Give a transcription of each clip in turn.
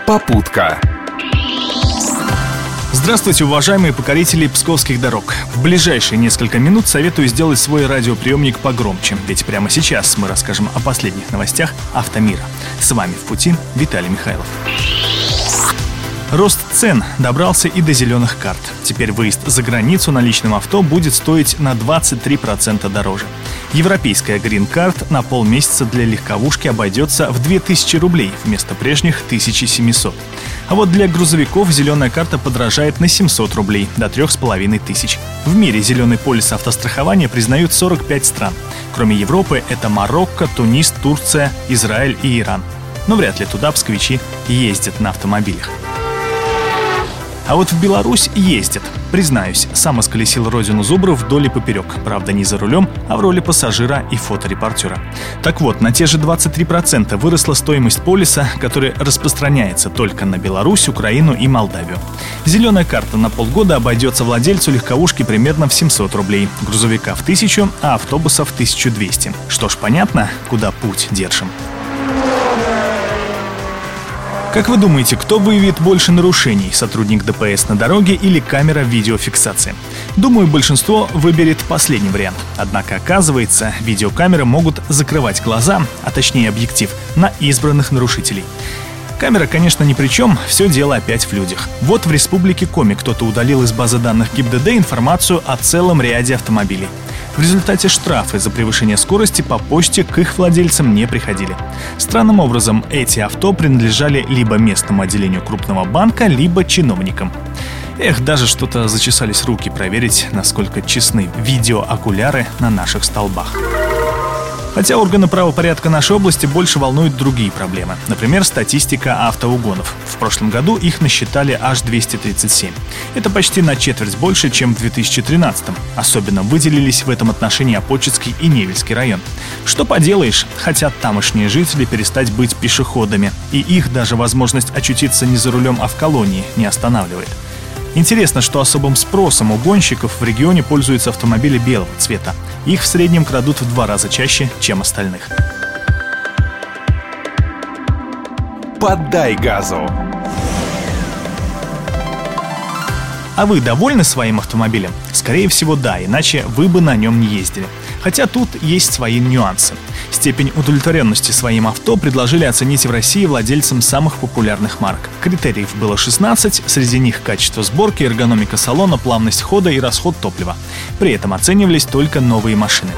Попутка. Здравствуйте, уважаемые покорители псковских дорог. В ближайшие несколько минут советую сделать свой радиоприемник погромче, ведь прямо сейчас мы расскажем о последних новостях автомира. С вами в пути Виталий Михайлов. Рост цен добрался и до зеленых карт. Теперь выезд за границу на личном авто будет стоить на 23% дороже. Европейская Green Card на полмесяца для легковушки обойдется в 2000 рублей вместо прежних 1700. А вот для грузовиков зеленая карта подорожает на 700 рублей до 3500. В мире зеленый полис автострахования признают 45 стран. Кроме Европы, это Марокко, Тунис, Турция, Израиль и Иран. Но вряд ли туда псковичи ездят на автомобилях. А вот в Беларусь ездят. Признаюсь, сам исколесил родину зубров вдоль и поперек. Правда, не за рулем, а в роли пассажира и фоторепортера. Так вот, на те же 23% выросла стоимость полиса, который распространяется только на Беларусь, Украину и Молдавию. Зеленая карта на полгода обойдется владельцу легковушки примерно в 700 рублей, грузовика в 1000, а автобуса в 1200. Что ж, понятно, куда путь держим. Как вы думаете, кто выявит больше нарушений, сотрудник ДПС на дороге или камера видеофиксации? Думаю, большинство выберет последний вариант. Однако, оказывается, видеокамеры могут закрывать глаза, а точнее объектив, на избранных нарушителей. Камера, конечно, ни при чем, все дело опять в людях. Вот в Республике Коми кто-то удалил из базы данных ГИБДД информацию о целом ряде автомобилей. В результате штрафы за превышение скорости по почте к их владельцам не приходили. Странным образом, эти авто принадлежали либо местному отделению крупного банка, либо чиновникам. Даже что-то зачесались руки проверить, насколько честны видеоокуляры на наших столбах. Хотя органы правопорядка нашей области больше волнуют другие проблемы. Например, статистика автоугонов. В прошлом году их насчитали аж 237. Это почти на четверть больше, чем в 2013-м. Особенно выделились в этом отношении Опочецкий и Невельский район. Что поделаешь, хотят тамошние жители перестать быть пешеходами. И их даже возможность очутиться не за рулем, а в колонии не останавливает. Интересно, что особым спросом у гонщиков в регионе пользуются автомобили белого цвета. Их в среднем крадут в 2 раза чаще, чем остальных. Поддай газу. А вы довольны своим автомобилем? Скорее всего, да, иначе вы бы на нем не ездили. Хотя тут есть свои нюансы. Степень удовлетворенности своим авто предложили оценить в России владельцам самых популярных марок. Критериев было 16, среди них качество сборки, эргономика салона, плавность хода и расход топлива. При этом оценивались только новые машины.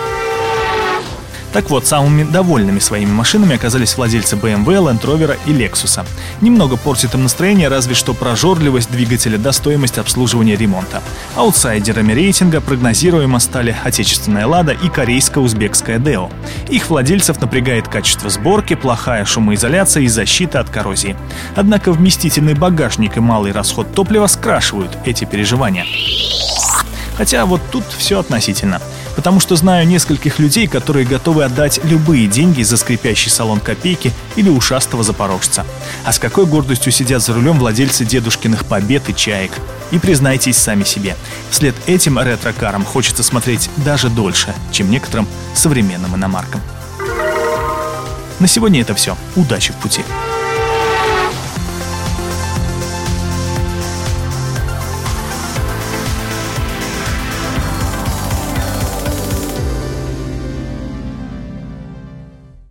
Так вот, самыми довольными своими машинами оказались владельцы BMW, Land Rover и Lexus. Немного портит им настроение разве что прожорливость двигателя да стоимость обслуживания ремонта. Аутсайдерами рейтинга прогнозируемо стали отечественная Lada и корейско-узбекская Deo. Их владельцев напрягает качество сборки, плохая шумоизоляция и защита от коррозии. Однако вместительный багажник и малый расход топлива скрашивают эти переживания. Хотя вот тут все относительно. Потому что знаю нескольких людей, которые готовы отдать любые деньги за скрипящий салон копейки или ушастого запорожца. А с какой гордостью сидят за рулем владельцы дедушкиных Побед и Чаек. И признайтесь сами себе, вслед этим ретро-карам хочется смотреть даже дольше, чем некоторым современным иномаркам. На сегодня это все. Удачи в пути!